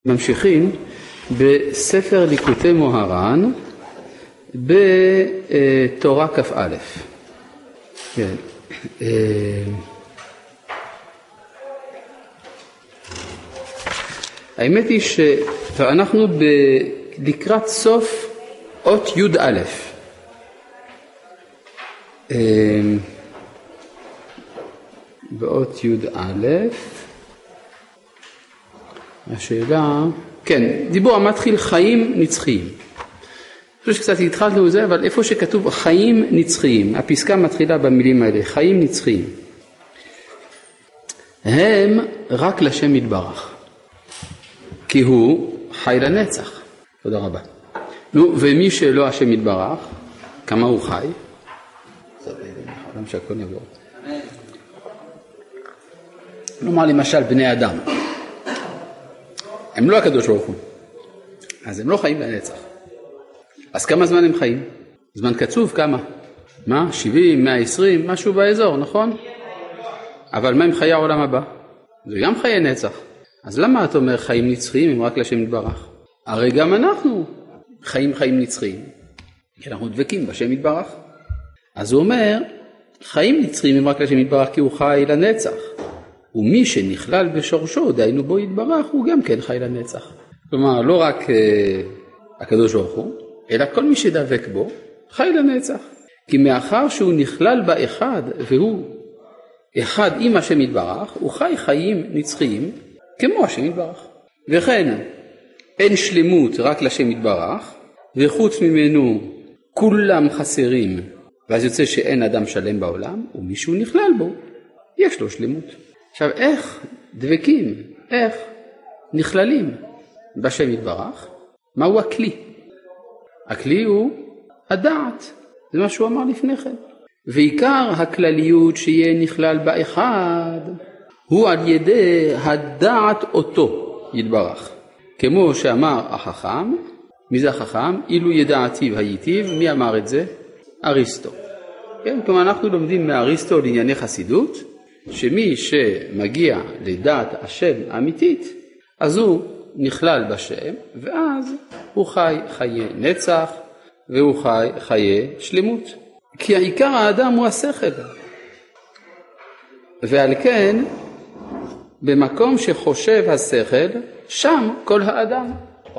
ממשיכים בספר ליקוטי מוהר"ן בתורה כ"א. כן. האמת היא שאנחנו לקראת סוף אות י"א. באות י"א השאלה, כן, דיבור המתחיל חיים נצחיים. אני חושב שקצת התחלנו את זה, אבל איפה שכתוב חיים נצחיים, הפסקה מתחילה במילים האלה, חיים נצחיים. הם רק לשם יתברך, כי הוא חי לנצח. תודה רבה. נו, ומי שלא השם יתברך, כמה הוא חי? למה שהכל יבוא. נאמר למשל בני אדם. הם לא הקדוש ברוך הוא, אז הם לא חיים לנצח. אז כמה זמן הם חיים? זמן קצוב כמה? מה? 70, 120, משהו באזור, נכון? אבל מה עם חיי העולם הבא? זה גם חיי נצח. אז למה אתה אומר חיים נצחיים אם רק לשם יתברך? הרי גם אנחנו חיים נצחיים, כי אנחנו דבקים בשם יתברך. אז הוא אומר, חיים נצחיים אם רק לשם יתברך כי הוא חי לנצח. ומי שנכלל בשורשו, דיינו בו יתברך, הוא גם כן חי לנצח. כלומר, לא רק הקדוש ברוך הוא, אלא כל מי שדבק בו, חי לנצח. כי מאחר שהוא נכלל באחד, והוא אחד עם השם יתברך, הוא חי חיים נצחיים, כמו השם יתברך. וכן, אין שלמות רק לשם יתברך, וחוץ ממנו כולם חסרים, ואז יוצא שאין אדם שלם בעולם, ומישהו נכלל בו, יש לו שלמות. עכשיו, איך דבקים, איך נכללים בשם יתברך? מהו הכלי? הכלי הוא הדעת, זה מה שהוא אמר לפני כן. ועיקר הכלליות שיהיה נכלל באחד, הוא על ידי הדעת אותו יתברך. כמו שאמר החכם, מי זה החכם? אילו ידעתיו הייתיו, מי אמר את זה? אריסטו. כן, כלומר אנחנו לומדים מאריסטו לענייני חסידות, שמי שמגיע לדעת השם האמיתית, אז הוא נכלל בשם, ואז הוא חי חיי נצח, והוא חי חיי שלמות. כי העיקר האדם הוא השכל. ועל כן, במקום שחושב השכל, שם כל האדם.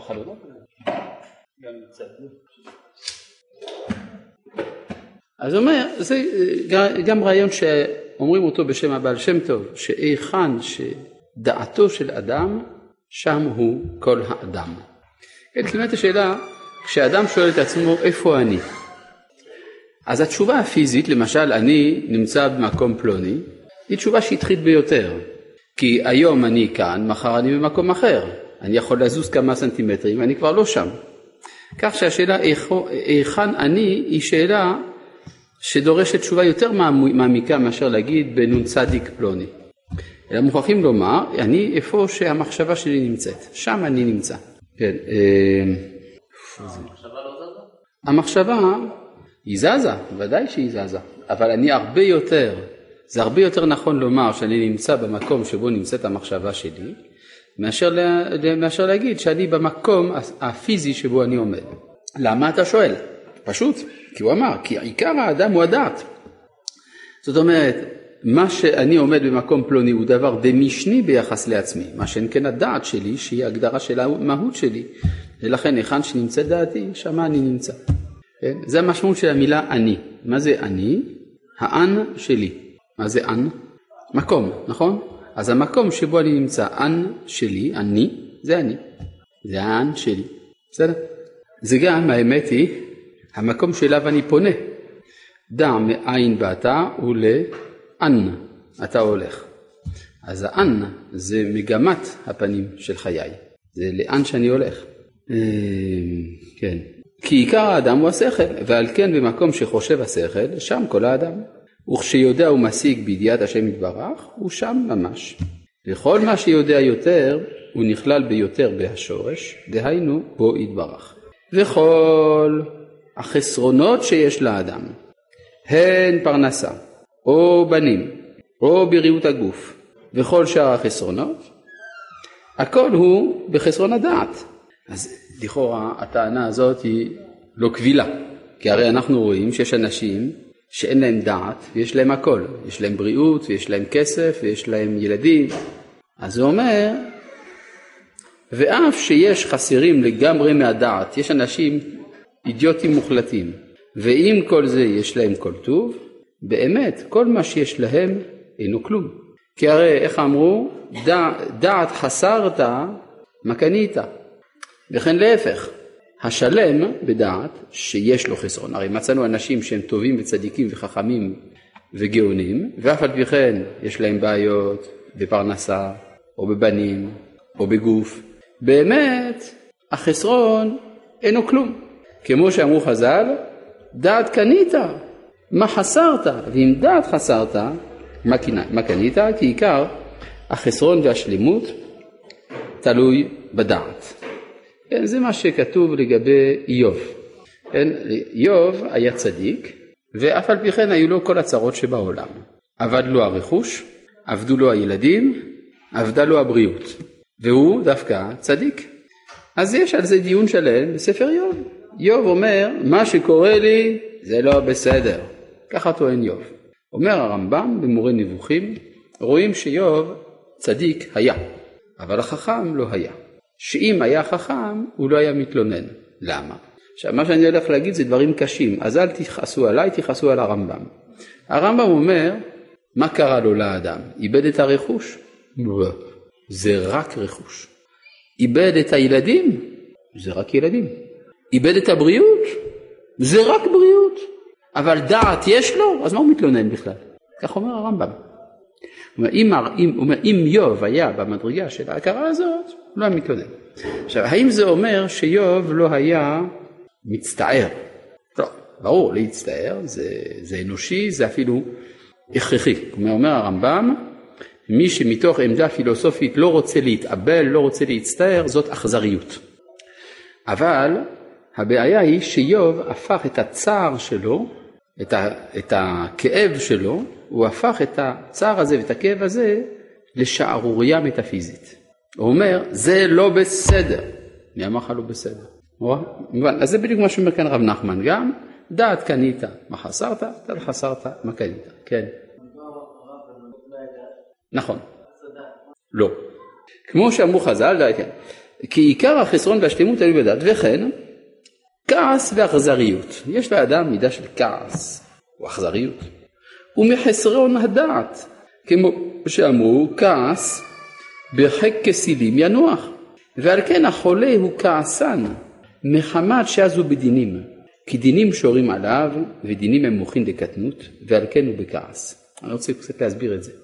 אז אומר, זה גם רעיון שאומרים אותו בשם הבעל שם טוב, שאיכן שדעתו של אדם, שם הוא כל האדם. כן, כלומר השאלה, כשאדם שואל את עצמו, איפה אני? אז התשובה הפיזית, למשל, אני נמצא במקום פלוני, היא תשובה שטחית ביותר. כי היום אני כאן, מחר אני במקום אחר. אני יכול לזוז כמה סנטימטרים, אני כבר לא שם. כך שהשאלה, איכן אני, היא שאלה שדורשת תשובה יותר מעמיקה מאשר להגיד בנון צדיק פלוני. אלא מוכרחים לומר, אני איפה שהמחשבה שלי נמצאת. שם אני נמצא. כן. המחשבה לא זזה? המחשבה היא זזה, ודאי שהיא זזה. אבל אני זה הרבה יותר נכון לומר שאני נמצא במקום שבו נמצאת המחשבה שלי, מאשר להגיד שאני במקום הפיזי שבו אני עומד. למה אתה שואל? פשוט, כי הוא אמר, כי עיקר האדם הוא הדעת. זאת אומרת, מה שאני עומד במקום פלוני הוא דבר דמשני ביחס לעצמי, מה שאין כן הדעת שלי, שהיא הגדרה של המהות שלי, ולכן היכן שנמצא דעתי, שמה אני נמצא. כן? זה המשמעות של המילה אני. מה זה אני? האן שלי. מה זה אן? מקום, נכון? אז המקום שבו אני נמצא, אן שלי, אני, זה אני. זה האן שלי. בסדר? זה גם, האמת היא, המקום שאליו אני פונה. דע מאין באת ולאן אתה הולך. אז האן זה מגמת הפנים של חיי. זה לאן שאני הולך. כן. כי עיקר האדם הוא השכל, ועל כן במקום שחושב השכל, שם כל האדם. וכשיודע ומשיג בידיעת השם יתברך, הוא שם ממש. וכל מה שיודע יותר, הוא נכלל ביותר בהשורש, דהיינו בו יתברך. וכל החסרונות שיש לאדם, הן פרנסה, או בנים, או בריאות הגוף, וכל שאר החסרונות, הכל הוא בחסרון הדעת. אז לכאורה הטענה הזאת היא לא קבילה, כי הרי אנחנו רואים שיש אנשים שאין להם דעת ויש להם הכל, יש להם בריאות ויש להם כסף ויש להם ילדים. אז הוא אומר, ואף שיש חסרים לגמרי מהדעת, יש אנשים אידיוטים מוחלטים, ואם כל זה יש להם כל טוב, באמת כל מה שיש להם אינו כלום. כי הרי איך אמרו, דעת חסרת מה קנית, וכן להפך, השלם בדעת שיש לו חסרון. הרי מצאנו אנשים שהם טובים וצדיקים וחכמים וגאונים, ואף על פי כן יש להם בעיות בפרנסה או בבנים או בגוף. באמת החסרון אינו כלום. כמו שאמרו חז"ל, דעת קנית, מה חסרת? ואם דעת חסרת, מה קנית? כי עיקר החסרון והשלימות תלוי בדעת. כן, זה מה שכתוב לגבי איוב. כן, איוב היה צדיק, ואף על פי כן היו לו כל הצרות שבעולם. עבד לו הרכוש, עבדו לו הילדים, עבדה לו הבריאות. והוא דווקא צדיק. אז יש על זה דיון שלם בספר איוב. איוב אומר, מה שקורה לי זה לא בסדר. ככה טוען איוב. אומר הרמב"ם במורה נבוכים, רואים שאיוב צדיק היה, אבל החכם לא היה. שאם היה חכם, הוא לא היה מתלונן. למה? עכשיו, מה שאני הולך להגיד זה דברים קשים, אז אל תכעסו עליי, תכעסו על הרמב"ם. הרמב"ם אומר, מה קרה לו לאדם? איבד את הרכוש? זה רק רכוש. איבד את הילדים? זה רק ילדים. איבד את הבריאות? זה רק בריאות. אבל דעת יש לו? אז מה הוא מתלונן בכלל? כך אומר הרמב"ם. אם איוב היה במדרגה של ההכרה הזאת, לא היה מתלונן. עכשיו, האם זה אומר שאיוב לא היה מצטער? לא, ברור, להצטער, זה אנושי, זה אפילו הכרחי. אומר הרמב"ם, מי שמתוך עמדה פילוסופית לא רוצה להתאבל, לא רוצה להצטער, זאת אכזריות. אבל הבעיה היא שאיוב הפך את הצער שלו, את הכאב שלו, הוא הפך את הצער הזה ואת הכאב הזה לשערוריה מטאפיזית. הוא אומר, זה לא בסדר. מי אמר לך לא בסדר? אז זה בדיוק מה שאומר כאן רב נחמן גם, דעת קנית, מה חסרת? דעת חסרת, מה קנית? כן. נכון. לא. כמו שאמרו חז"ל, כי עיקר החסרון והשלימות היו בדעת, וכן, כעס ואכזריות. יש לאדם מידה של כעס או אכזריות. ומחסרון הדעת, כמו שאמרו, כעס בחק כסילים ינוח. ועל כן החולה הוא כעסן, מחמת שאז הוא בדינים. כי דינים שורים עליו, ודינים הם מוכין לקטנות, ועל כן הוא בכעס. אני רוצה קצת להסביר את זה.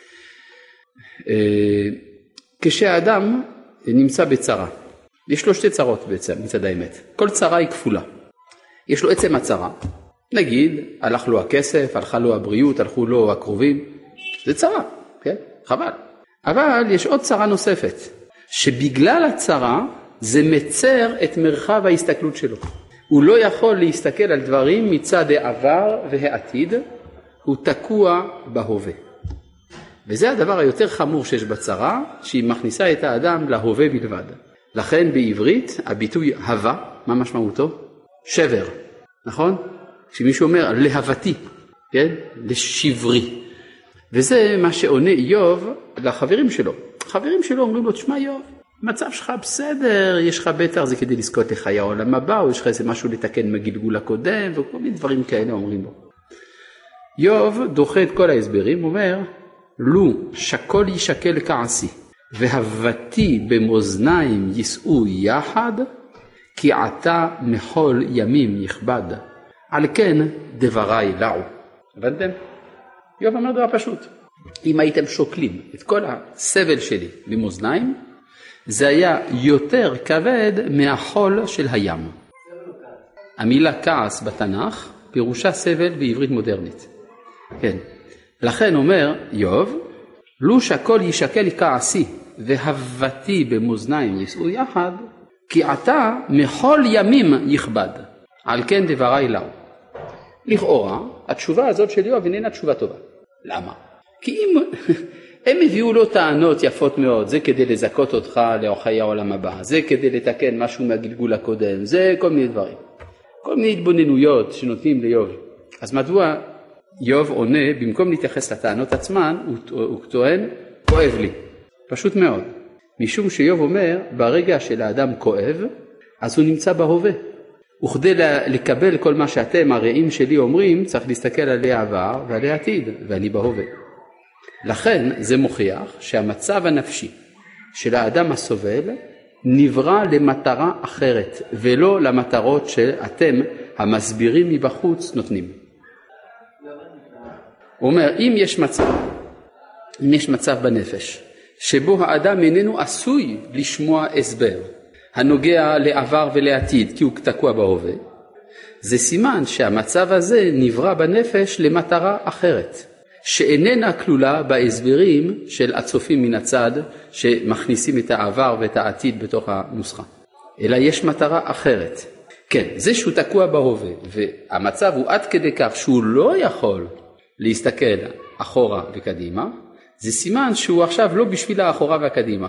כשהאדם נמצא בצרה, יש לו שתי צרות בעצם מצד האמת. כל צרה היא כפולה. יש לו עצם הצרה. נגיד, הלך לו הכסף, הלכה לו הבריאות, הלכו לו הקרובים. זה צרה, כן? חבל. אבל יש עוד צרה נוספת, שבגלל הצרה זה מצר את מרחב ההסתכלות שלו. הוא לא יכול להסתכל על דברים מצד העבר והעתיד, הוא תקוע בהווה. וזה הדבר היותר חמור שיש בצרה, שהיא מכניסה את האדם להווה בלבד. לכן בעברית הביטוי הווה, מה משמעותו? שבר, נכון? כשמישהו אומר להוותי, כן? לשברי. וזה מה שעונה איוב לחברים שלו. החברים שלו אומרים לו, תשמע איוב, מצב שלך בסדר, יש לך בטח, זה כדי לזכות לחיי העולם הבא, או יש לך איזה משהו לתקן מגלגול הקודם, וכל מיני דברים כאלה אומרים לו. איוב דוחה את כל ההסברים, אומר, לו שכל ישקל כעסי, והבתי במאזניים יישאו יחד, כי עתה מכל ימים יכבד. על כן דבריי לעו. הבנתם? איוב אומר דבר פשוט. אם הייתם שוקלים את כל הסבל שלי במאזניים, זה היה יותר כבד מהחול של הים. המילה כעס בתנ"ך פירושה סבל בעברית מודרנית. כן. לכן אומר איוב, לו שכל ישקל כעסי והבתי במאזניים יישאו יחד, כי עתה מכל ימים יכבד. על כן דבריי לאו. לכאורה, התשובה הזאת של איוב איננה תשובה טובה. למה? כי אם הם הביאו לו טענות יפות מאוד, זה כדי לזכות אותך לחיי העולם הבא, זה כדי לתקן משהו מהגלגול הקודם, זה כל מיני דברים. כל מיני התבוננויות שנותנים ליוב. אז מדוע יוב עונה, במקום להתייחס לטענות עצמן, הוא טוען, כואב לי. פשוט מאוד. משום שיוב אומר, ברגע שלאדם כואב, אז הוא נמצא בהווה. וכדי לקבל כל מה שאתם, הרעים שלי אומרים, צריך להסתכל עלי העבר ועלי העתיד, ואני בהווה. לכן זה מוכיח שהמצב הנפשי של האדם הסובל נברא למטרה אחרת, ולא למטרות שאתם המסבירים מבחוץ נותנים. הוא אומר, אם יש מצב בנפש, שבו האדם איננו עשוי לשמוע הסבר, הנוגע לעבר ולעתיד, כי הוא תקוע בהווה, זה סימן שהמצב הזה נברא בנפש למטרה אחרת, שאיננה כלולה בהסברים של הצופים מן הצד, שמכניסים את העבר ואת העתיד בתוך הנוסחה. אלא יש מטרה אחרת. כן, זה שהוא תקוע בהווה, והמצב הוא עד כדי כך שהוא לא יכול להסתכל אחורה וקדימה, זה סימן שהוא עכשיו לא בשביל האחורה והקדימה.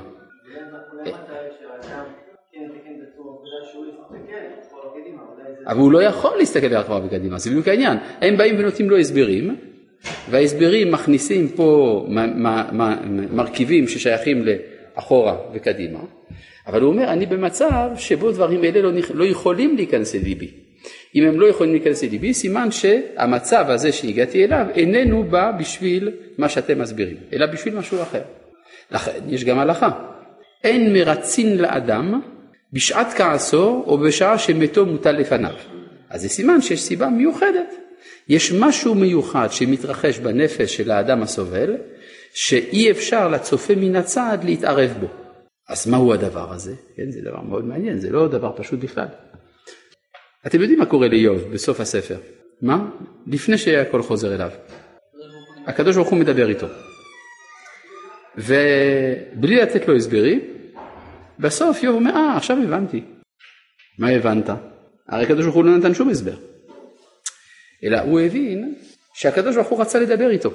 אבל הוא לא יכול להסתכל לאחורה וקדימה, זה בדיוק העניין. הם באים ונותנים לו הסברים, וההסברים מכניסים פה מרכיבים ששייכים לאחורה וקדימה, אבל הוא אומר, אני במצב שבו דברים אלה לא יכולים להיכנס לליבי. אם הם לא יכולים להיכנס לליבי, סימן שהמצב הזה שהגעתי אליו איננו בא בשביל מה שאתם מסבירים, אלא בשביל משהו אחר. לכן יש גם הלכה. אין מרצין לאדם בשעת כעסו או בשעה שמתו מוטל לפניו. אז זה סימן שיש סיבה מיוחדת. יש משהו מיוחד שמתרחש בנפש של האדם הסובל, שאי אפשר לצופה מן הצד להתערב בו. אז מהו הדבר הזה? כן, זה דבר מאוד מעניין, זה לא דבר פשוט בכלל. אתם יודעים מה קורה לאיוב בסוף הספר? מה? לפני שהכל חוזר אליו. הקדוש ברוך הוא מדבר איתו. ובלי לתת לו הסברים, בסוף איוב אומר, עכשיו הבנתי. מה הבנת? הרי הקדוש ברוך הוא לא נתן שום הסבר. אלא הוא הבין שהקדוש ברוך הוא רצה לדבר איתו.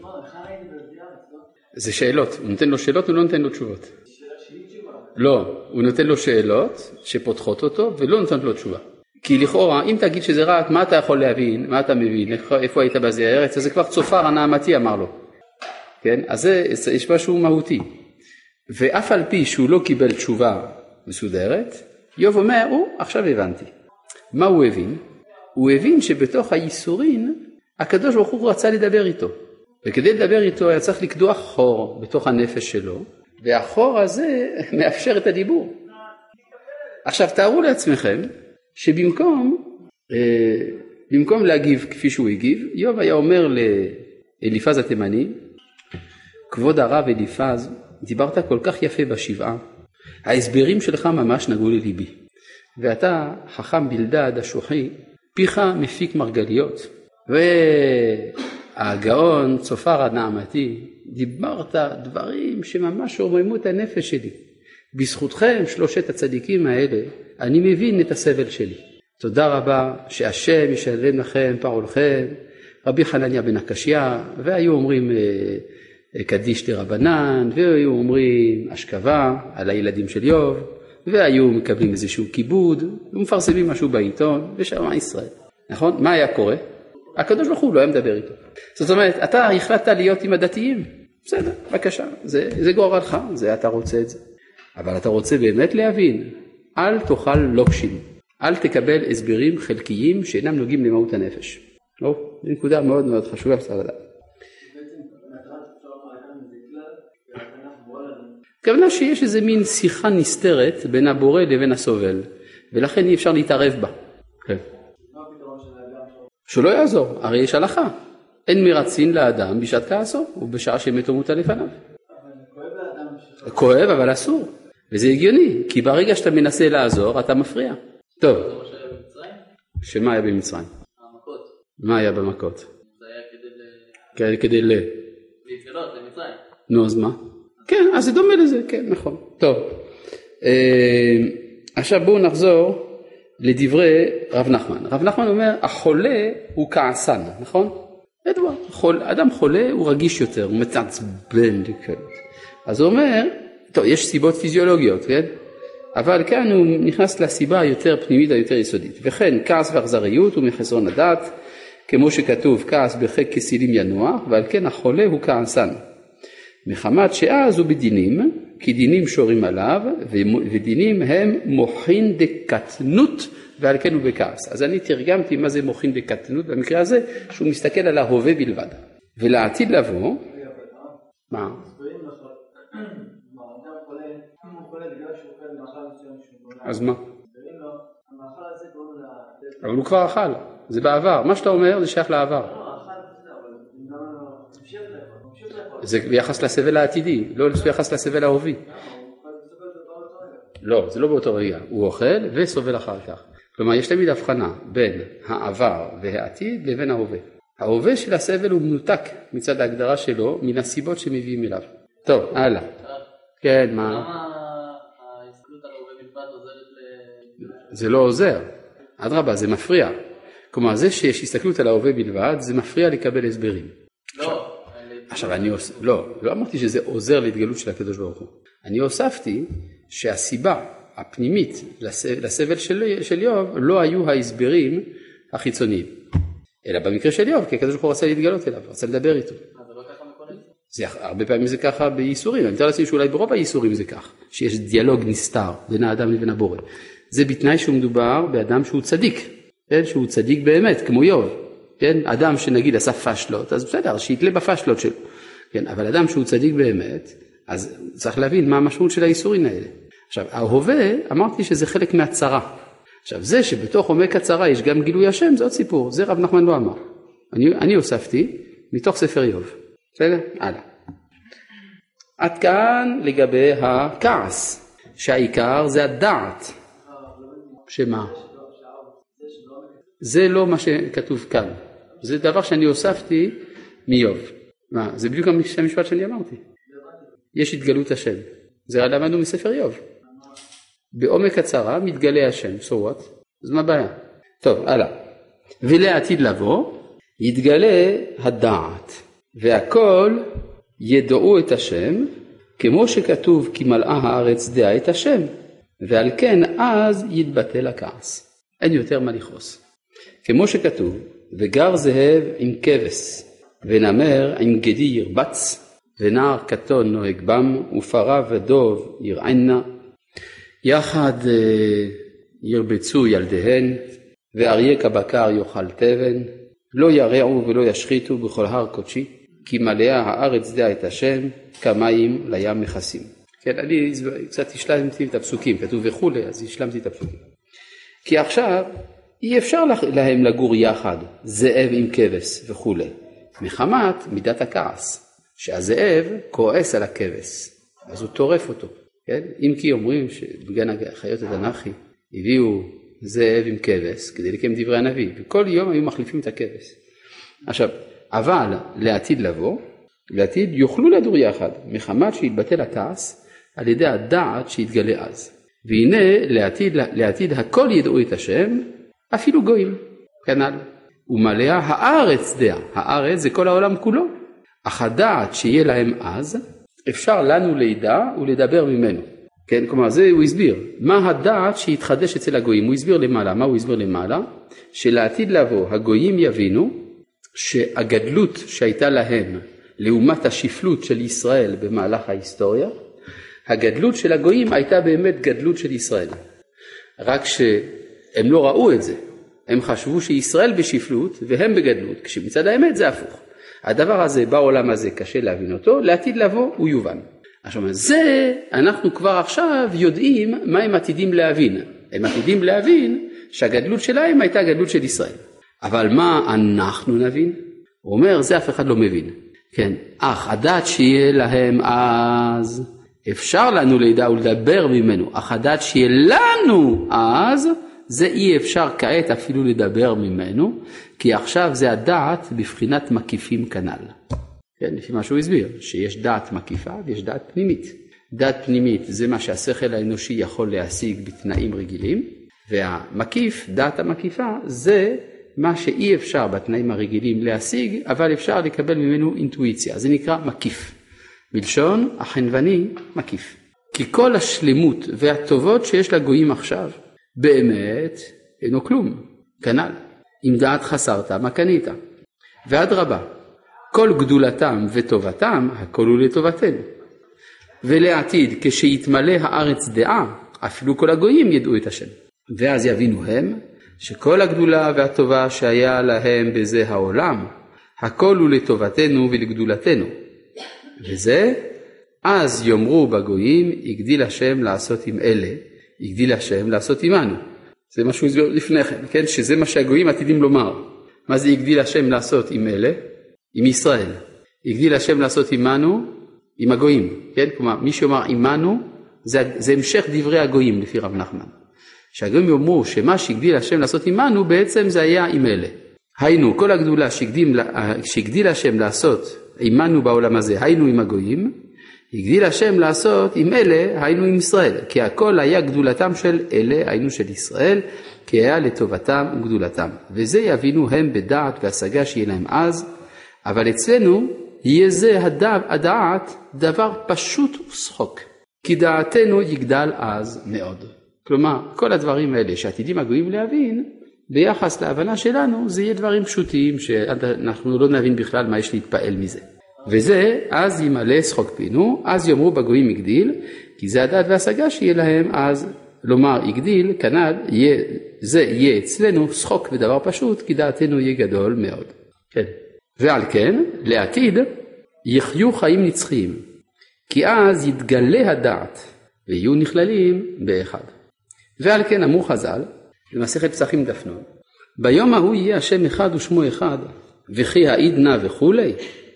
זה שאלות, הוא נותן לו שאלות, הוא לא נותן לו תשובות. לא, הוא נותן לו שאלות שפותחות אותו ולא נותן לו תשובה. כי לכאורה, אם תגיד שזה רק, מה אתה יכול להבין, מה אתה מבין, איפה היית בזה הארץ, אז זה כבר צופר הנעמתי אמר לו. כן? אז יש משהו מהותי. ואף על פי שהוא לא קיבל תשובה מסודרת, איוב אומר, עכשיו הבנתי. מה הוא הבין? הוא הבין שבתוך הייסורין, הקדוש ברוך הוא רצה לדבר איתו. וכדי לדבר איתו היה צריך לקדוח חור בתוך הנפש שלו, והחור הזה מאפשר את הדיבור. עכשיו תארו לעצמכם, שבמקום להגיב כפי שהוא הגיב, איוב היה אומר לאליפז התימני, כבוד הרב אליפז, דיברת כל כך יפה בשבעה, ההסברים שלך ממש נגעו לליבי, ואתה חכם בלדד השוחי, פיך מפיק מרגליות, והגאון צופר הנעמתי, דיברת דברים שממש רוממו את הנפש שלי. בזכותכם שלושת הצדיקים האלה, אני מבין את הסבל שלי. תודה רבה שהשם ישלם לכם פעולכם, רבי חנניה בן הקשיא, והיו אומרים קדיש דרבנן, והיו אומרים אשכבה על הילדים של איוב, והיו מקבלים איזשהו כיבוד, ומפרסמים משהו בעיתון, ושמע ישראל. נכון? מה היה קורה? הקדוש ברוך הוא לא היה מדבר איתו. זאת אומרת, אתה החלטת להיות עם הדתיים, בסדר, בבקשה, זה גורלך, אתה רוצה את זה. אבל אתה רוצה באמת להבין, אל תאכל לוקשים, אל תקבל הסברים חלקיים שאינם נוגעים למהות הנפש. לא, זו נקודה מאוד מאוד חשובה שצריך לדעת. הכוונה שיש איזה מין שיחה נסתרת בין הבורא לבין הסובל, ולכן אי אפשר להתערב בה. כן. שלא יעזור, הרי יש הלכה. אין מרצין לאדם בשעת כעסו, ובשעה שמתו מוטל לפניו. כואב, אבל אסור. וזה הגיוני, כי ברגע שאתה מנסה לעזור, אתה מפריע. טוב. שמה היה במצרים? המכות. מה היה במכות? זה היה כדי להתגלות למצרים. נו, אז מה? כן, אז זה דומה לזה, כן, נכון. טוב. עכשיו בואו נחזור לדברי רב נחמן. רב נחמן אומר, החולה הוא כעסן, נכון? ידוע, אדם חולה הוא רגיש יותר, הוא מצעצבן לקלות. אז הוא אומר, טוב, יש סיבות פיזיולוגיות, כן? אבל כאן הוא נכנס לסיבה היותר פנימית, היותר יסודית. וכן, כעס ואכזריות הוא מחסרון הדעת, כמו שכתוב, כעס בחק כסילים ינוח, ועל כן החולה הוא כעסן. מחמת שאז הוא בדינים, כי דינים שורים עליו, ודינים הם מוחין דקטנות, ועל כן הוא בכעס. אז אני תרגמתי מה זה מוחין דקטנות, במקרה הזה, שהוא מסתכל על ההווה בלבד. ולעתיד לבוא, מה? אז מה? אבל הוא כבר אכל, זה בעבר. מה שאתה אומר זה שייך לעבר. זה ביחס לסבל העתידי, לא ביחס לסבל ההובי. לא, זה לא באותו רגע. הוא אוכל וסובל אחר כך. כלומר, יש תמיד הבחנה בין העבר והעתיד לבין ההווה. ההווה של הסבל הוא מנותק מצד ההגדרה שלו מן הסיבות שמביאים אליו. טוב, הלאה. כן, מה? למה ההסתכלות על ההווה בלבד עוזרת זה לא עוזר. אדרבה, זה מפריע. כלומר, זה שיש הסתכלות על ההווה בלבד, זה מפריע לקבל הסברים. עכשיו, לא אמרתי שזה עוזר להתגלות של הקדוש ברוך הוא. אני הוספתי שהסיבה הפנימית לסבל של איוב לא היו ההסברים החיצוניים. אלא במקרה של איוב, כי הקדוש ברוך הוא רצה להתגלות אליו, רצה לדבר איתו. זה לא ככה מקונן? הרבה פעמים זה ככה בייסורים. אני מתאר לעצמי שאולי ברוב הייסורים זה כך, שיש דיאלוג נסתר בין האדם לבין הבורא. זה בתנאי שהוא מדובר באדם שהוא צדיק, כן? שהוא צדיק באמת, כמו איוב. כן? אדם שנגיד עשה פשלות, אז בסדר, שיתלה בפשלות שלו. כן? אבל אדם שהוא צדיק באמת, אז צריך להבין מה המשמעות של הייסורים האלה. עכשיו, ההווה, אמרתי שזה חלק מהצרה. עכשיו, זה שבתוך עומק הצרה יש גם גילוי השם, זה עוד סיפור. זה רב נחמן לא אמר. אני הוספתי מתוך ספר איוב. בסדר? הלאה. עד כאן לגבי הכעס, שהעיקר זה הדעת. שמה? זה לא מה שכתוב כאן. זה דבר שאני הוספתי מאיוב. מה? זה בדיוק המשפט שאני אמרתי. יש התגלות השם. זה למדנו מספר איוב. בעומק הצרה מתגלה השם. So what? אז מה הבעיה? טוב, הלאה. ולעתיד לבוא, יתגלה הדעת. והכל ידעו את השם, כמו שכתוב כי מלאה הארץ דעה את השם. ועל כן אז יתבטל הכעס. אין יותר מה לכעוס. כמו שכתוב, וגר זהב עם כבש, ונמר עם גדי ירבץ, ונער קטון נוהג בם, ופרה ודוב ירענה, יחד ירבצו ילדיהן, ואריה כבקר יאכל תבן, לא ירעו ולא ישחיתו בכל הר קודשי, כי מלאה הארץ דעה את השם, כמים לים מכסים. כן, אני קצת השלמתי את הפסוקים, כתוב וכולי, אז השלמתי את הפסוקים. כי עכשיו אי אפשר להם לגור יחד, זאב עם כבש וכולי, מחמת מידת הכעס, שהזאב כועס על הכבש, אז הוא טורף אותו. כן? אם כי אומרים שבגן החיות התנ"כי הביאו זאב עם כבש כדי לקיים דברי הנביא, וכל יום היו מחליפים את הכבש. עכשיו, אבל לעתיד לבוא, לעתיד יוכלו לדור יחד, מחמת שיתבטל הכעס על ידי הדעת שיתגלה אז. והנה לעתיד הכל ידעו את השם, אפילו גויים, כנ"ל. ומלאה הארץ דעה, הארץ זה כל העולם כולו, אך הדעת שיהיה להם אז, אפשר לנו לידע ולדבר ממנו. כן, כלומר זה הוא הסביר. מה הדעת שיתחדש אצל הגויים? הוא הסביר למעלה. מה הוא הסביר למעלה? שלעתיד לבוא הגויים יבינו שהגדלות שהייתה להם לעומת השפלות של ישראל במהלך ההיסטוריה, הגדלות של הגויים הייתה באמת גדלות של ישראל. רק שהם לא ראו את זה. הם חשבו שישראל בשפלות והם בגדלות, כשמצד האמת זה הפוך. הדבר הזה בעולם הזה קשה להבין אותו, לעתיד לבוא הוא יובן. עכשיו, זה אנחנו כבר עכשיו יודעים מה הם עתידים להבין. הם עתידים להבין שהגדלות שלהם הייתה גדלות של ישראל. אבל מה אנחנו נבין? הוא אומר, זה אף אחד לא מבין. כן, אך הדעת שיהיה להם אז, אפשר לנו לידע ולדבר ממנו, אך הדעת שיהיה לנו אז, זה אי אפשר כעת אפילו לדבר ממנו, כי עכשיו זה הדעת בבחינת מקיפים כנ"ל. כן, לפי מה שהוא הסביר, שיש דעת מקיפה ויש דעת פנימית. דעת פנימית זה מה שהשכל האנושי יכול להשיג בתנאים רגילים, והמקיף, דעת המקיפה, זה מה שאי אפשר בתנאים הרגילים להשיג, אבל אפשר לקבל ממנו אינטואיציה. זה נקרא מקיף. בלשון החנווני מקיף. כי כל השלמות והטובות שיש לגויים עכשיו, באמת אינו כלום. כנ"ל. אם דעת חסרת, מה קנית? ועד רבה. כל גדולתם וטובתם, הכל הוא לטובתנו. ולעתיד, כשיתמלא הארץ דעה, אפילו כל הגויים ידעו את השם. ואז יבינו הם, שכל הגדולה והטובה שהיה להם בזה העולם, הכל הוא לטובתנו ולגדולתנו. וזה, אז יאמרו בגויים, הגדיל השם לעשות עם אלה, הגדיל השם לעשות עמנו. זה מה שהוא הסביר לפני כן, כן? שזה מה שהגויים עתידים לומר. מה זה הגדיל השם לעשות עם אלה? עם ישראל. הגדיל השם לעשות עמנו, עם הגויים. כן? כלומר, מי שאומר עמנו, זה המשך דברי הגויים לפי רב נחמן. שהגויים יאמרו שמה שהגדיל השם לעשות עמנו, בעצם זה היה עם אלה. היינו, כל הגדולה שהגדיל השם לעשות עמנו בעולם הזה, היינו עם הגויים, הגדיל השם לעשות עם אלה, היינו עם ישראל. כי הכל היה גדולתם של אלה, היינו של ישראל, כי היה לטובתם וגדולתם. וזה יבינו הם בדעת והשגה שיהיה להם אז, אבל אצלנו יהיה זה הדעת דבר פשוט ושחוק. כי דעתנו יגדל אז מאוד. כלומר, כל הדברים האלה שעתידים הגויים להבין, ביחס להבנה שלנו, זה יהיה דברים פשוטים שאנחנו לא נבין בכלל מה יש להתפעל מזה. וזה, אז ימלא שחוק פינו, אז יאמרו בגויים יגדיל, כי זה הדעת והשגה שיהיה להם אז לומר יגדיל, כנ"ל, זה יהיה אצלנו שחוק ודבר פשוט, כי דעתנו יהיה גדול מאוד. כן. ועל כן, לעתיד, יחיו חיים נצחיים, כי אז יתגלה הדעת, ויהיו נכללים באחד. ועל כן אמור חז"ל, במסכת פסחים דף נ', ביום ההוא יהיה השם אחד ושמו אחד, וכי העידנה וכולי.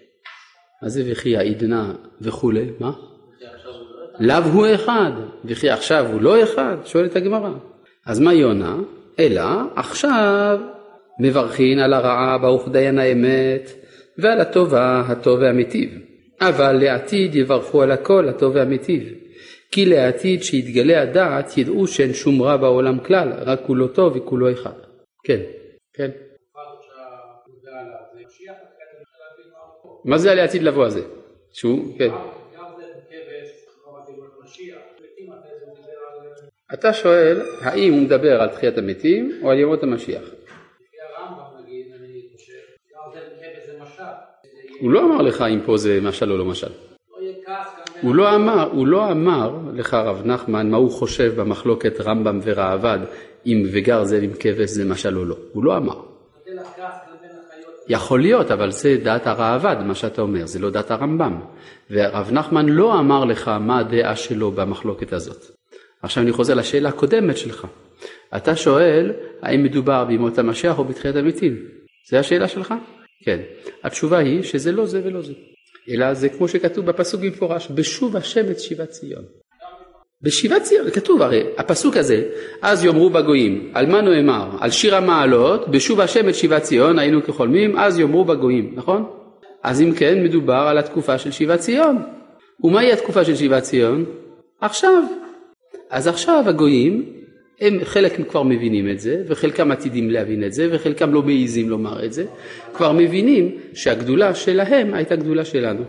מה זה וכי העידנה וכולי? מה? לאו הוא אחד, וכי עכשיו הוא לא אחד, שואלת הגמרא. אז מה יונה? אלא עכשיו מברכין על הרעה ברוך דיין האמת, ועל הטובה הטוב והמיטיב. אבל לעתיד יברכו על הכל הטוב והמיטיב. כי לעתיד שיתגלה הדעת ידעו שאין שום רע בעולם כלל, רק כולו טוב וכולו אחד. כן, כן. מה זה לעתיד לבוא הזה? שהוא, כן. אתה שואל, האם הוא מדבר על תחיית המתים או על ימות המשיח? הוא לא אמר לך אם פה זה משל או לא משל. הוא לא אמר לך רב נחמן מה הוא חושב במחלוקת רמב"ם ורעב"ד אם וגר זאב עם כבש זה משל או לא. הוא לא אמר. יכול להיות, אבל זה דעת הרעב"ד מה שאתה אומר, זה לא דעת הרמב"ם. ורב נחמן לא אמר לך מה הדעה שלו במחלוקת הזאת. עכשיו אני חוזר לשאלה הקודמת שלך. אתה שואל האם מדובר בימות המשיח או בתחיית המתים. זה השאלה שלך? כן. התשובה היא שזה לא זה ולא זה. אלא זה כמו שכתוב בפסוק במפורש, בשוב השם את שיבת ציון. בשיבת ציון, כתוב הרי, הפסוק הזה, אז יאמרו בגויים, על מה נאמר? על שיר המעלות, בשוב השם את שיבת ציון, היינו כחולמים, אז יאמרו בגויים, נכון? אז אם כן, מדובר על התקופה של שיבת ציון. ומהי התקופה של שיבת ציון? עכשיו. אז עכשיו הגויים, הם חלק כבר מבינים את זה, וחלקם עתידים להבין את זה, וחלקם לא מעיזים לומר את זה, כבר מבינים שהגדולה שלהם הייתה גדולה שלנו.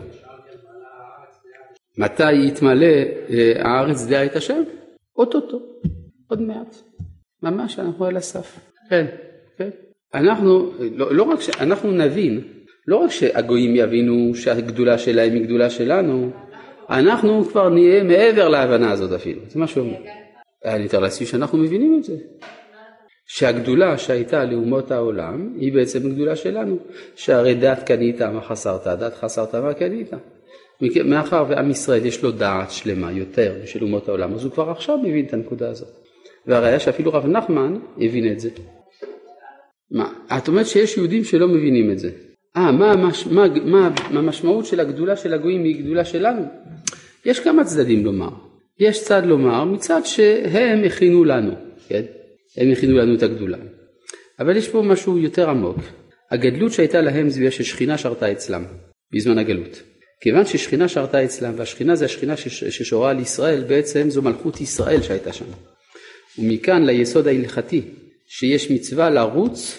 מתי יתמלא הארץ דעה את השם? אוטוטו, עוד מעט. ממש אנחנו על הסף. כן, כן. אנחנו, לא רק שאנחנו נבין, לא רק שהגויים יבינו שהגדולה שלהם היא גדולה שלנו, אנחנו כבר נהיה מעבר להבנה הזאת אפילו. זה מה שאומר. אני אתאר לעצמי שאנחנו מבינים את זה. שהגדולה שהייתה לאומות העולם היא בעצם הגדולה שלנו. שהרי דעת קנית מה חסרת, דעת חסרת מה קנית. מאחר ועם ישראל יש לו דעת שלמה יותר של אומות העולם, אז הוא כבר עכשיו מבין את הנקודה הזאת. והראיה שאפילו רב נחמן הבין את זה. מה? את אומרת שיש יהודים שלא מבינים את זה. מה המשמעות של הגדולה של הגויים היא גדולה שלנו? יש כמה צדדים לומר. יש צד לומר מצד שהם הכינו לנו, כן? הם הכינו לנו את הגדולה. אבל יש פה משהו יותר עמוק. הגדלות שהייתה להם זה ששכינה שרתה אצלם בזמן הגלות. כיוון ששכינה שרתה אצלם, והשכינה זה השכינה ששורה על ישראל, בעצם זו מלכות ישראל שהייתה שם. ומכאן ליסוד ההלכתי, שיש מצווה לרוץ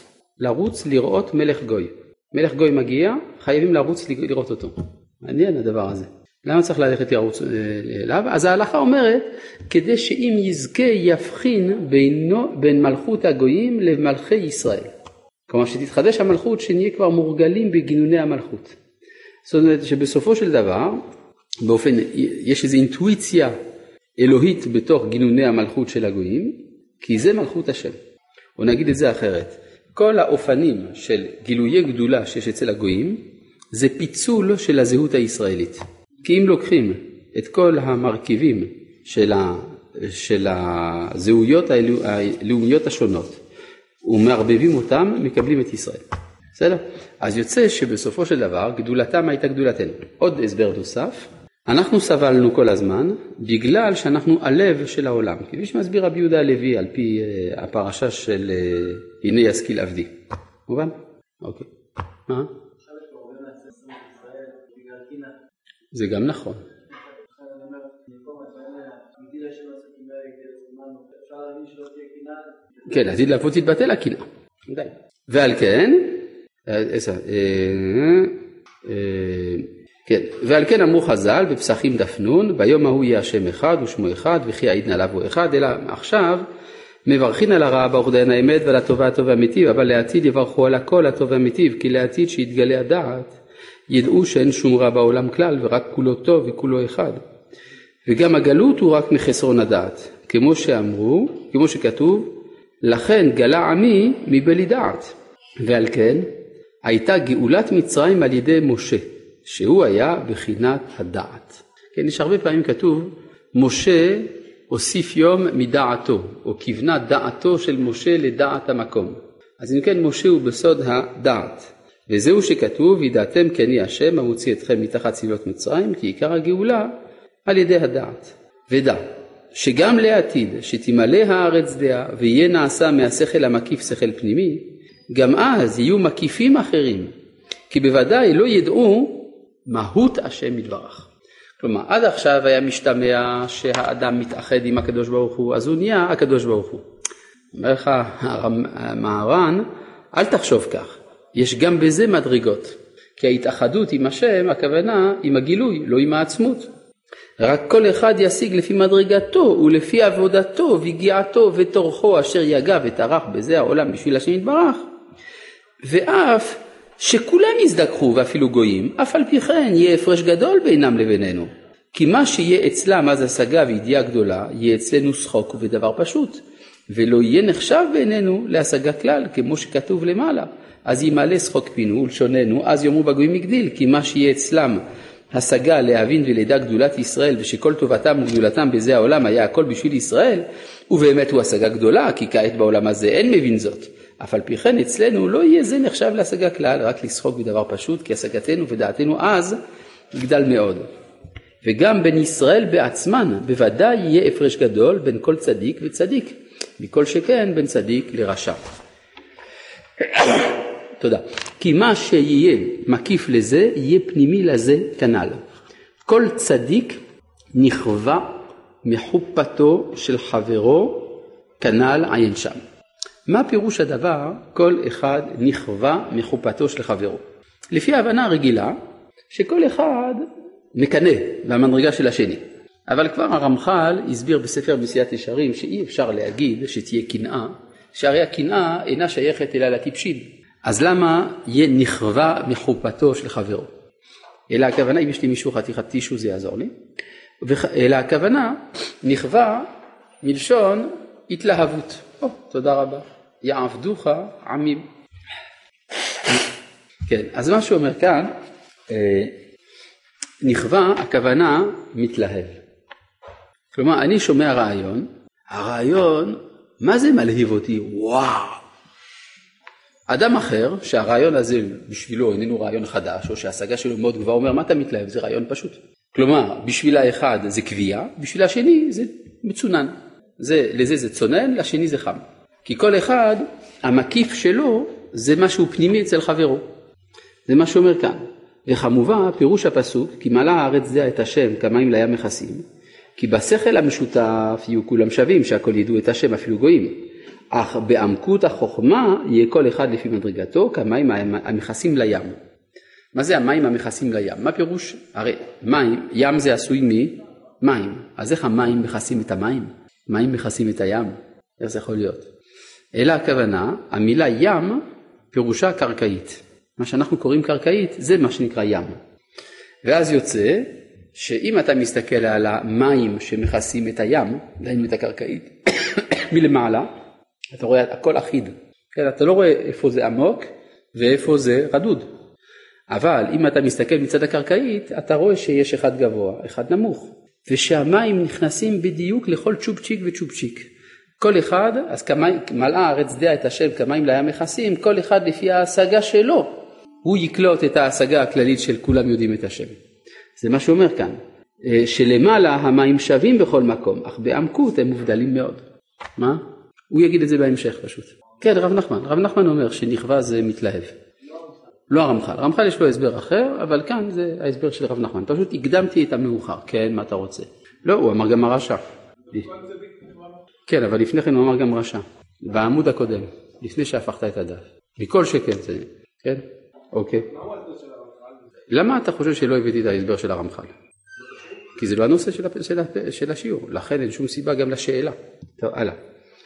לרוץ לראות מלך גוי. מלך גוי מגיע, חייבים לרוץ לראות אותו. מעניין הדבר הזה. למה צריך ללכת לרוץ אליו? אז ההלכה אומרת, כדי שאם יזכה יבחין בין מלכות הגויים למלכי ישראל. כלומר שתתחדש המלכות, שנהיה כבר מורגלים בגינוני המלכות. זאת אומרת שבסופו של דבר, יש איזו אינטואיציה אלוהית בתוך גינוני המלכות של הגויים, כי זה מלכות השם. או נגיד את זה אחרת, כל האופנים של גילויי גדולה שיש אצל הגויים, זה פיצול של הזהות הישראלית. כי אם לוקחים את כל המרכיבים של הזהויות הלאומיות השונות, ומערבבים אותם, מקבלים את ישראל. בסדר? אז יוצא שבסופו של דבר, גדולתם הייתה גדולתנו. עוד הסבר נוסף, אנחנו סבלנו כל הזמן, בגלל שאנחנו הלב של העולם. כפי שמסביר רבי יהודה הלוי, על פי הפרשה של הנה ישכיל עבדי. מובן? אוקיי. מה? זה גם נכון. כן, עתיד לבוא תתבטל הקנאה. ועל כן, ועל כן אמרו חז"ל בפסחים דף נ' ביום ההוא יהיה השם אחד ושמו אחד וכי העידן עליו הוא אחד, אלא עכשיו מברכין על הרע ברוך דיין האמת ועל הטובה הטוב והמיטיב, אבל לעתיד יברכו על הכל הטוב והמיטיב, כי לעתיד שיתגלה הדעת ידעו שאין שום רע בעולם כלל ורק כולו טוב וכולו אחד. וגם הגלות הוא רק מחסרון הדעת, כמו שאמרו, כמו שכתוב, לכן גלה עמי מבלי דעת. ועל כן הייתה גאולת מצרים על ידי משה, שהוא היה בחינת הדעת. כן, יש הרבה פעמים כתוב, משה הוסיף יום מדעתו, או כיוונה דעתו של משה לדעת המקום. אז אם כן, משה הוא בסוד הדעת. וזהו שכתוב, ידעתם כי אני השם המוציא אתכם מתחת צבאות מצרים, כי עיקר הגאולה על ידי הדעת. ודע, שגם לעתיד שתמלא הארץ דעה, ויהיה נעשה מהשכל המקיף שכל פנימי, גם אז יהיו מקיפים אחרים, כי בוודאי לא ידעו מהות השם יתברך. כלומר, עד עכשיו היה משתמע שהאדם מתאחד עם הקדוש ברוך הוא, אז הוא נהיה הקדוש ברוך הוא. אומר לך המהר"ן, אל תחשוב כך, יש גם בזה מדרגות, כי ההתאחדות עם השם, הכוונה עם הגילוי, לא עם העצמות. רק כל אחד ישיג לפי מדרגתו ולפי עבודתו והגיעתו ותורכו אשר יגע וטרח בזה העולם בשביל השם יתברך. ואף שכולם יזדכחו ואפילו גויים, אף על פי כן יהיה הפרש גדול בינם לבינינו. כי מה שיהיה אצלם אז השגה וידיעה גדולה, יהיה אצלנו שחוק ודבר פשוט, ולא יהיה נחשב בעינינו להשגה כלל, כמו שכתוב למעלה. אז ימלא שחוק פינו ולשוננו, אז יאמרו בגויים מגדיל, כי מה שיהיה אצלם השגה להבין ולדע גדולת ישראל, ושכל טובתם וגדולתם בזה העולם היה הכל בשביל ישראל, ובאמת הוא השגה גדולה, כי כעת בעולם הזה אין מבין זאת. אף על פי כן אצלנו לא יהיה זה נחשב להשגה כלל, רק לשחוק בדבר פשוט, כי השגתנו ודעתנו אז יגדל מאוד. וגם בין ישראל בעצמן בוודאי יהיה הפרש גדול בין כל צדיק וצדיק, מכל שכן בין צדיק לרשע. תודה. כי מה שיהיה מקיף לזה, יהיה פנימי לזה כנ"ל. כל צדיק נכווה מחופתו של חברו כנ"ל עין שם. מה פירוש הדבר? כל אחד נכווה מחופתו של חברו. לפי ההבנה הרגילה, שכל אחד מקנא במדרגה של השני. אבל כבר הרמח"ל הסביר בספר מסיעת ישרים שאי אפשר להגיד שתהיה קנאה, שהרי הקנאה אינה שייכת אלא לטיפשים. אז למה יהיה נכווה מחופתו של חברו? אלא הכוונה, אם יש לי מישהו חתיכת טישו זה יעזור לי, אלא הכוונה נכווה מלשון התלהבות. תודה רבה. יעבדוך עמים. כן, אז מה שאומר כאן, נכווה הכוונה מתלהב. כלומר, אני שומע הרעיון, מה זה מלהיב אותי? וואו! אדם אחר, שהרעיון הזה בשבילו איננו רעיון חדש, או שההשגה שלו מאוד גבוהה, אומר, מה אתה מתלהב? זה רעיון פשוט. כלומר, בשביל האחד זה קביעה, בשביל השני זה מצונן. לזה זה צונן, לשני זה חם. כי כל אחד, המקיף שלו, זה משהו פנימי אצל חברו. זה מה שאומר כאן. וכמובן, פירוש הפסוק, כי מלאה הארץ דעה את השם כמים לים מכסים, כי בשכל המשותף יהיו כולם שווים, שהכל ידעו את השם אפילו גויים. אך בעמקות החוכמה יהיה כל אחד לפי מדרגתו כמים המכסים לים. מה זה המים המכסים לים? מה פירוש? הרי מים, ים זה עשוי ממים. אז איך המים מכסים את המים? מים מכסים את הים? איך זה יכול להיות? אלא הכוונה, המילה ים פירושה קרקעית. מה שאנחנו קוראים קרקעית זה מה שנקרא ים. ואז יוצא שאם אתה מסתכל על המים שמכסים את הים, דהיינו את הקרקעית, מלמעלה, אתה רואה הכל אחיד. כן, אתה לא רואה איפה זה עמוק ואיפה זה רדוד. אבל אם אתה מסתכל מצד הקרקעית, אתה רואה שיש אחד גבוה, אחד נמוך. ושהמים נכנסים בדיוק לכל צ'ופצ'יק וצ'ופצ'יק. כל אחד, אז מלאה הארץ דעה את השם כמים לים מכסים, כל אחד לפי ההשגה שלו, הוא יקלוט את ההשגה הכללית של כולם יודעים את השם. זה מה שאומר כאן, שלמעלה המים שווים בכל מקום, אך בעמקות הם מובדלים מאוד. מה? הוא יגיד את זה בהמשך פשוט. כן, רב נחמן אומר שנכווה זה מתלהב. לא הרמח"ל. הרמח"ל יש לו הסבר אחר, אבל כאן זה ההסבר של רב נחמן. פשוט הקדמתי את המאוחר. כן, מה אתה רוצה? לא, הוא אמר גם הרשע. כן, אבל לפני כן הוא אמר גם רשע. בעמוד הקודם, לפני שהפכת את הדף. מכל שכן זה, כן? אוקיי. למה אתה חושב שלא הבאתי את ההסבר של הרמח"ל? כי זה לא הנושא של השיעור. לכן אין שום סיבה גם לשאלה. טוב, הלאה.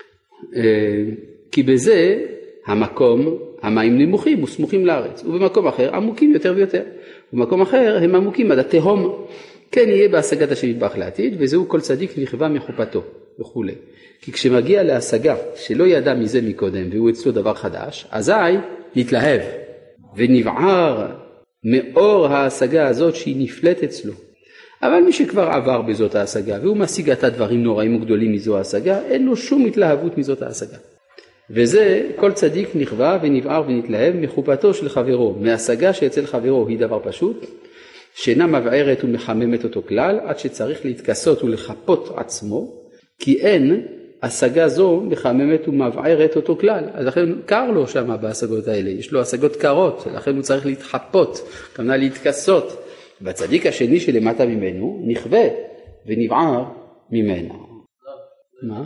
כי בזה המקום, המים נמוכים וסמוכים לארץ, ובמקום אחר עמוקים יותר ויותר, ובמקום אחר הם עמוקים עד התהום, כן יהיה בהשגת השם יתברך לעתיד, וזהו כל צדיק נכווה מחופתו וכו'. כי כשמגיע להשגה שלא ידע מזה מקודם, והוא אצלו דבר חדש, אזי נתלהב ונבער מאור ההשגה הזאת שהיא נפלט אצלו. אבל מי שכבר עבר בזאת ההשגה, והוא משיג את הדברים נוראים וגדולים מזו ההשגה, אין לו שום התלהבות מזאת ההשגה. וזה כל צדיק נכווה ונבער ונתלהב מחופתו של חברו, מהשגה שאצל חברו היא דבר פשוט, שאינה מבערת ומחממת אותו כלל, עד שצריך להתכסות ולחפות עצמו, כי אין השגה זו מחממת ומבערת אותו כלל. אז לכן קר לו שם בהשגות האלה, יש לו השגות קרות, לכן הוא צריך להתחפות, כמובן להתכסות. והצדיק השני שלמטה ממנו נכווה ונבער ממנה. מה?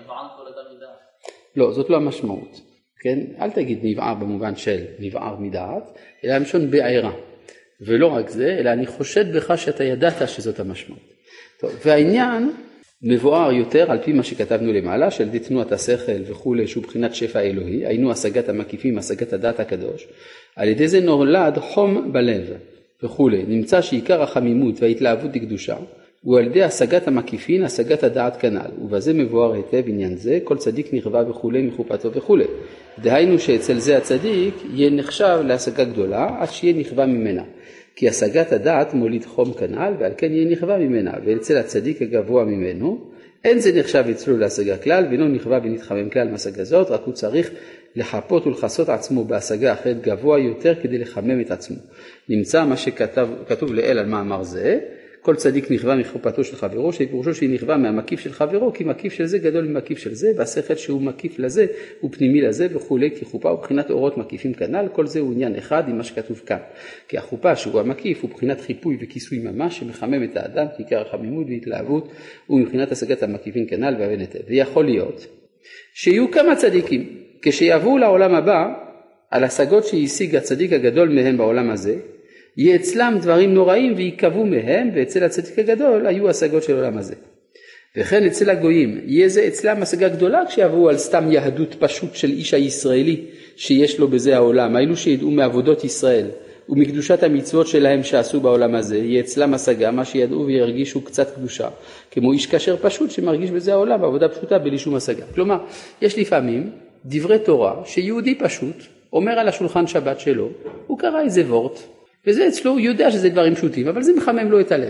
לא, זאת לא המשמעות. כן? אל תגיד נבער במובן של נבער מדעת, אלא המשון בעירה. ולא רק זה, אלא אני חושד בך שאתה ידעת שזאת המשמעות. טוב, והעניין מבואר יותר על פי מה שכתבנו למעלה, של תנועת השכל וכו', שהוא בחינת שפע אלוהי, היינו השגת המקיפים, השגת הדעת הקדוש. על ידי זה נולד חום בלב וכו'. נמצא שעיקר החמימות וההתלהבות לקדושה, הוא על ידי השגת המקיפין, השגת הדעת כנ"ל, ובזה מבואר היטב עניין זה, כל צדיק נכווה וכו' מחופתו וכו'. דהיינו שאצל זה הצדיק יהיה נחשב להשגה גדולה, עד שיהיה נכווה ממנה. כי השגת הדעת מוליד חום כנ"ל, ועל כן יהיה נכווה ממנה, ואצל הצדיק הגבוה ממנו, אין זה נחשב אצלו להשגה כלל, ואינו נכווה ונתחמם כלל מהשגה זאת, רק הוא צריך לחפות ולחסות עצמו בהשגה אחרת גבוה יותר כדי לחמם את עצמו. נמצא מה שכתוב לאל על מאמר זה, כל צדיק נכווה מחופתו של חברו, שפירושו שהיא נכווה מהמקיף של חברו, כי מקיף של זה גדול ממקיף של זה, והשכל שהוא מקיף לזה הוא פנימי לזה וכו', כי חופה הוא בחינת אורות מקיפים כנ"ל, כל זה הוא עניין אחד עם מה שכתוב כאן. כי החופה שהוא המקיף הוא בחינת חיפוי וכיסוי ממש שמחמם את האדם, כי עיקר החמימות והתלהבות הוא מבחינת השגת המקיפים כנ"ל והבן היטב. ויכול להיות שיהיו כמה צדיקים, כשיבואו לעולם הבא על השגות שהשיג הצדיק הגדול מהם בעולם הזה, יהיה אצלם דברים נוראים ויקבו מהם, ואצל הצדיק הגדול היו השגות של עולם הזה. וכן אצל הגויים, יהיה זה אצלם השגה גדולה כשיבואו על סתם יהדות פשוט של איש הישראלי שיש לו בזה העולם, האלו שידעו מעבודות ישראל ומקדושת המצוות שלהם שעשו בעולם הזה, יהיה אצלם השגה מה שידעו וירגישו קצת קדושה, כמו איש כשר פשוט שמרגיש בזה העולם, בעבודה פשוטה בלי שום השגה. כלומר, יש לפעמים דברי תורה שיהודי פשוט אומר על השולחן שבת שלו, הוא קרא איזה וורט, וזה אצלו, הוא יודע שזה דברים פשוטים, אבל זה מחמם לו את הלב.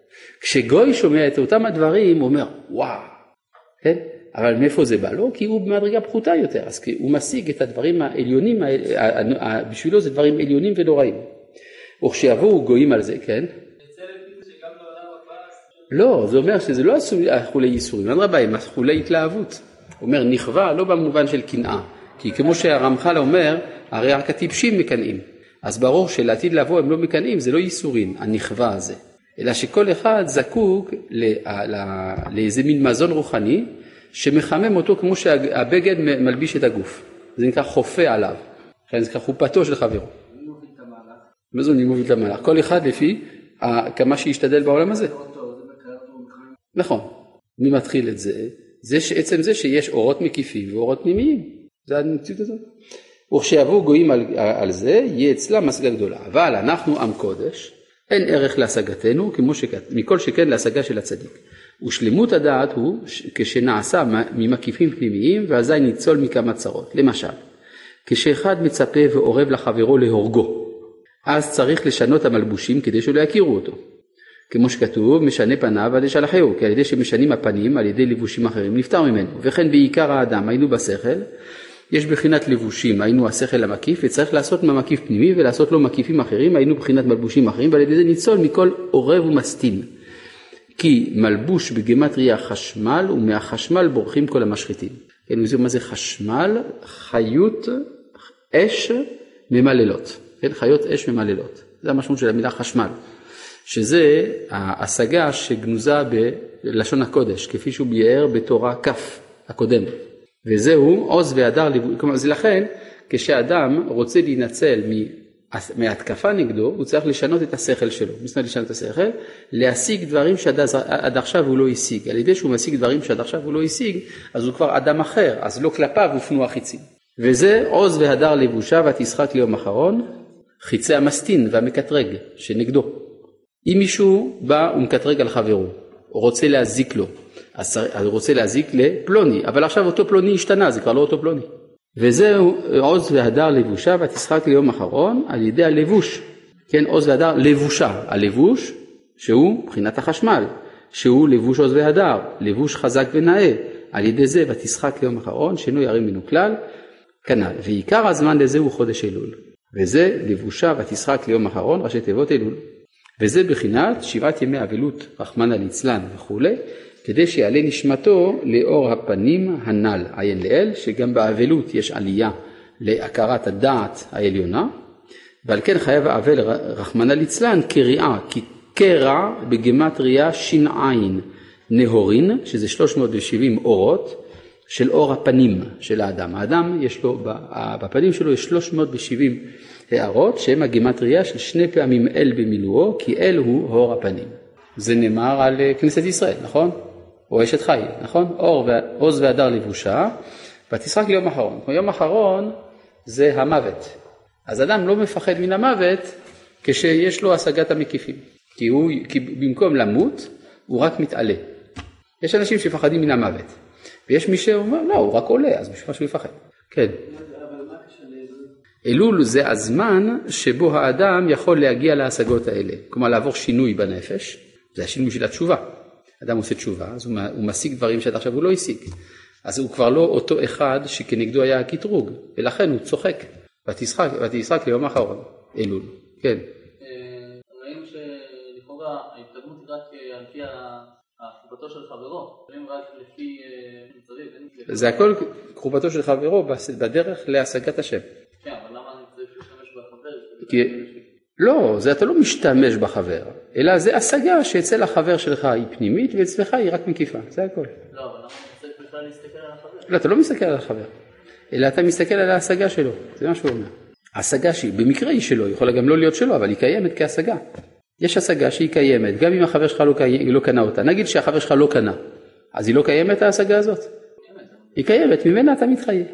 כשגוי שומע את אותם הדברים, הוא אומר, וואו, כן? אבל מאיפה זה בא לו? כי הוא במדרגה פחותה יותר, אז הוא משיג את הדברים העליונים, בשבילו זה דברים עליונים ונוראים. וכשיבואו גויים על זה, כן? לא, זה אומר שזה לא חולי ייסורים, אין רבה, הם חולי התלהבות. הוא אומר, נכווה לא במובן של קנאה, כי כמו שהרמח"ל אומר, הרי רק הטיפשים מקנאים. אז ברור שלעתיד לבוא הם לא מקנאים, זה לא ייסורים, הנכווה הזה. אלא שכל אחד זקוק לאיזה מין מזון רוחני, שמחמם אותו כמו שהבגד מלביש את הגוף. זה נקרא חופה עליו. זה נקרא חופתו של חברו. מי מוביל את המהלך? מה זו מי מוביל את המהלך? כל אחד לפי כמה שישתדל בעולם הזה. נכון. מי מתחיל את זה? זה שעצם זה שיש אורות מקיפים ואורות פנימיים. זה המציאות הזאת. וכשיבואו גויים על זה, יהיה אצלם השגה גדולה. אבל אנחנו עם קודש, אין ערך להשגתנו, מכל שכן להשגה של הצדיק. ושלמות הדעת הוא כשנעשה ממקיפים פנימיים, ואזי ניצול מכמה צרות. למשל, כשאחד מצפה ועורב לחברו להורגו, אז צריך לשנות המלבושים כדי שלא יכירו אותו. כמו שכתוב, משנה פניו עד ישלחהו, כי על ידי שמשנים הפנים, על ידי לבושים אחרים, נפטר ממנו. וכן בעיקר האדם, היינו בשכל, יש בחינת לבושים, היינו השכל המקיף, וצריך לעשות ממקיף פנימי ולעשות לו מקיפים אחרים, היינו בחינת מלבושים אחרים, ועל ידי זה ניצול מכל עורב ומסטין. כי מלבוש בגימטריה חשמל, ומהחשמל בורחים כל המשחיתים. כן, מה זה חשמל? חיות אש ממללות. כן, חיות אש ממללות. זה המשמעות של המילה חשמל. שזה ההשגה שגנוזה בלשון הקודש, כפי שהוא ביאר בתורה כף הקודם. וזהו עוז והדר, כלומר זה לכן כשאדם רוצה להינצל מהתקפה נגדו, הוא צריך לשנות את השכל שלו, מצטרך לשנות את השכל, להשיג דברים שעד עכשיו הוא לא השיג, על ידי שהוא משיג דברים שעד עכשיו הוא לא השיג, אז הוא כבר אדם אחר, אז לא כלפיו הופנו החיצים. וזה עוז והדר לבושה ותשחק ליום אחרון, חיצי המסטין והמקטרג שנגדו. אם מישהו בא ומקטרג על חברו, או רוצה להזיק לו, אז הוא רוצה להזיק לפלוני, אבל עכשיו אותו פלוני השתנה, זה כבר לא אותו פלוני. וזהו עוז והדר לבושה ותשחק ליום אחרון על ידי הלבוש. כן, עוז והדר לבושה, הלבוש שהוא בחינת החשמל, שהוא לבוש עוז והדר, לבוש חזק ונאה, על ידי זה ותשחק ליום אחרון, שאינו ירים מן הכלל, כנ"ל. ועיקר הזמן לזה הוא חודש אלול. וזה לבושה ותשחק ליום אחרון, ראשי תיבות אלול. וזה בחינת 7 ימי אבלות רחמנא ליצלן וכו', כדי שיעלה נשמתו לאור הפנים הנ"ל, עין לאל, שגם באבלות יש עלייה להכרת הדעת העליונה, ועל כן חייב האבל רחמנא ליצלן כריעה, כי קרע בגימטריה ש"ע נהורין, שזה 370 אורות של אור הפנים של האדם. האדם יש לו, בפנים שלו יש 370 הערות, שהם הגימטריה של 2 פעמים אל במילואו, כי אל הוא אור הפנים. זה נאמר על כנסת ישראל, נכון? או אשת חיל, נכון? עוז והדר לבושה, ותשחק ליום אחרון. יום אחרון זה המוות. אז אדם לא מפחד מן המוות כשיש לו השגת המקיפים. כי במקום למות הוא רק מתעלה. יש אנשים שפחדים מן המוות. ויש מי שאומר, לא, הוא רק עולה, אז בשביל שהוא יפחד. כן. אלול זה הזמן שבו האדם יכול להגיע להשגות האלה. כלומר לעבור שינוי בנפש. זה השינוי של התשובה. אדם עושה תשובה, אז הוא משיג דברים שעד עכשיו הוא לא השיג. אז הוא כבר לא אותו אחד שכנגדו היה הקטרוג, ולכן הוא צוחק. ותשחק ליום האחרון, אלול. כן. ראינו שלכאורה ההתקדמות היא רק על פי חופתו של חברו, ראינו רק לפי מצרים. זה הכל חופתו של חברו בדרך להשגת השם. כן, אבל למה אני צריך להשתמש בחבר? לא, זה אתה לא משתמש בחבר, אלא זה השגה שאצל החבר שלך היא פנימית ואצלך היא רק מקיפה, זה הכל. לא, אבל למה אני צריך בכלל להסתכל על החבר? לא, אתה לא מסתכל על החבר, אלא אתה מסתכל על ההשגה שלו, זה מה שהוא אומר. ההשגה שהיא, במקרה היא שלו, יכולה גם לא להיות שלו, אבל היא קיימת כהשגה. יש השגה שהיא קיימת, גם אם החבר שלך לא קנה אותה. נגיד שהחבר שלך לא קנה, אז היא לא קיימת ההשגה הזאת? היא קיימת, ממנה אתה מתחייב.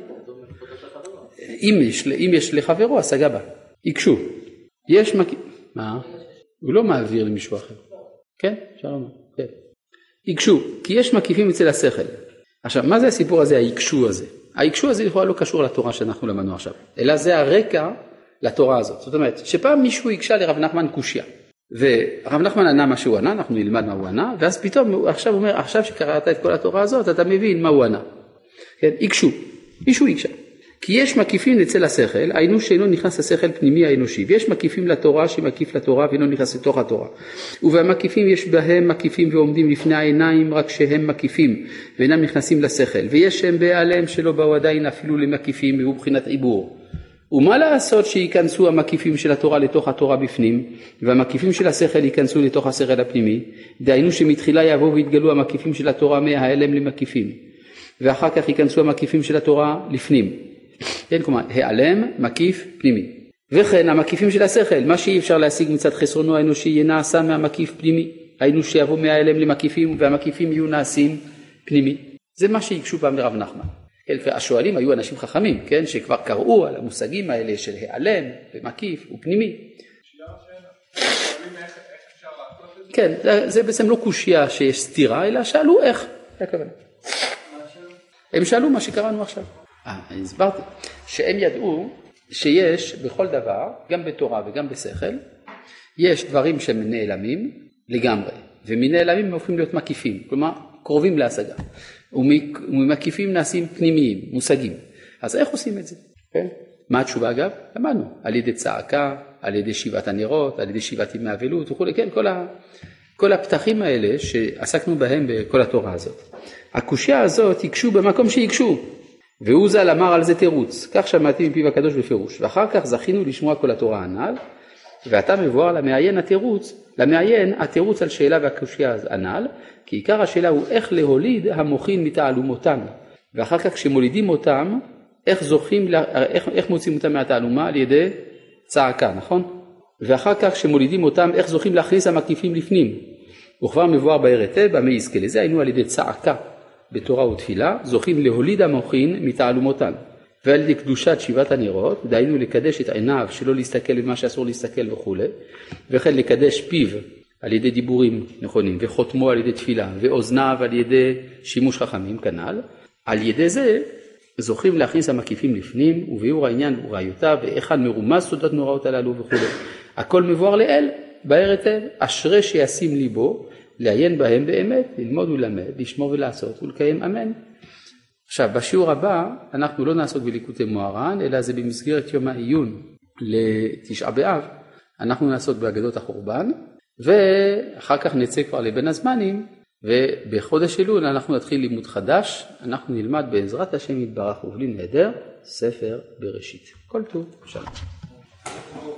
אם יש לחברו, השגה בה. יקשו. יש מה? הוא לא מעביר למישהו אחר. כן? שלום. כן. יקשו, כי יש מקיפים אצל השכל. עכשיו, מה זה הסיפור הזה, היקשו הזה? היקשו הזה לכאורה לא קשור לתורה שאנחנו למדנו עכשיו, אלא זה הרקע לתורה הזאת. זאת אומרת, שפעם מישהו יקשה לרב נחמן קושיה, ורב נחמן ענה מה שהוא ענה, אנחנו נלמד מה הוא ענה, ואז פתאום הוא עכשיו אומר, עכשיו שקראת את כל התורה הזאת, אתה מבין מה הוא ענה. כן? יקשו, מישהו יקשה. כי יש מקיפים אצל השכל, היינו שאינו נכנס לשכל פנימי האנושי, ויש מקיפים לתורה שמקיף לתורה ואינו נכנס לתוך התורה. ובמקיפים יש בהם מקיפים ועומדים לפני העיניים רק שהם מקיפים ואינם נכנסים לשכל, ויש שהם בעליהם שלא באו עדיין אפילו למקיפים והוא בחינת עיבור. ומה לעשות שיכנסו המקיפים של התורה לתוך התורה בפנים, והמקיפים של השכל ייכנסו לתוך השכל הפנימי, דהיינו שמתחילה יבואו והתגלו המקיפים של התורה מההלם למקיפים. ואחר כך ייכנסו המקיפים של התורה לפנים. כן, כלומר, העלם, מקיף, פנימי. וכן המקיפים של השכל, מה שאי אפשר להשיג מצד חסרונו האנושי יהיה נעשה מהמקיף פנימי. היינו שיבוא מהעלם למקיפים והמקיפים יהיו נעשים פנימי. זה מה שהקשו פעם לרב נחמן. השואלים היו אנשים חכמים, כן, שכבר קראו על המושגים האלה של העלם ומקיף ופנימי. כן, זה בעצם לא קושיה שיש סתירה, אלא שאלו איך. הם שאלו מה שקראנו עכשיו. אני הסברתי, שהם ידעו שיש בכל דבר, גם בתורה וגם בשכל, יש דברים שהם נעלמים לגמרי, ומנעלמים הם הופכים להיות מקיפים, כלומר קרובים להשגה, וממקיפים נעשים פנימיים, מושגים. אז איך עושים את זה? כן? מה התשובה אגב? למדנו, על ידי צעקה, על ידי שיבת הנרות, על ידי שיבת ימי אבלות וכו', כן, כל הפתחים האלה שעסקנו בהם בכל התורה הזאת. הקושיה הזאת יקשו במקום שיקשו, והוא ז"ל אמר על זה תירוץ, כך שמעתי מפיו הקדוש בפירוש, ואחר כך זכינו לשמוע כל התורה הנ"ל, ואתה מבואר למעיין התירוץ על שאלה והקושיה הנ"ל, כי עיקר השאלה הוא איך להוליד המוחין מתעלומותן, ואחר כך כשמולידים אותם, איך מוצאים אותם מהתעלומה? על ידי צעקה, נכון? ואחר כך כשמולידים אותם, איך זוכים להכניס המקיפים לפנים? וכבר מבואר בערתה, במה יזכה לזה, היינו על ידי צעקה בתורה ותפילה, זוכים להוליד המוחין מתעלומותן. ועל ידי קדושת שיבת הנרות, דהיינו לקדש את עיניו, שלא להסתכל במה שאסור להסתכל וכו', וכן לקדש פיו על ידי דיבורים נכונים, וחותמו על ידי תפילה, ואוזניו על ידי שימוש חכמים כנ"ל. על ידי זה זוכים להכניס המקיפים לפנים, וביאור העניין וראיותיו, ואיכן מרומז סודות נוראות הללו וכו'. הכל מבואר לאל, בערתה, אשרי שישים ליבו, לעיין בהם באמת, ללמוד ולמד, לשמור ולעשות ולקיים אמן. עכשיו, בשיעור הבא אנחנו לא נעסוק בליקוטי מוהר"ן, אלא זה במסגרת יום העיון לתשעה באב, אנחנו נעסוק באגדות החורבן, ואחר כך נצא כבר לבין הזמנים, ובחודש אלול אנחנו נתחיל לימוד חדש, אנחנו נלמד בעזרת השם יתברך ובלי נדר, ספר בראשית. כל טוב, שלום.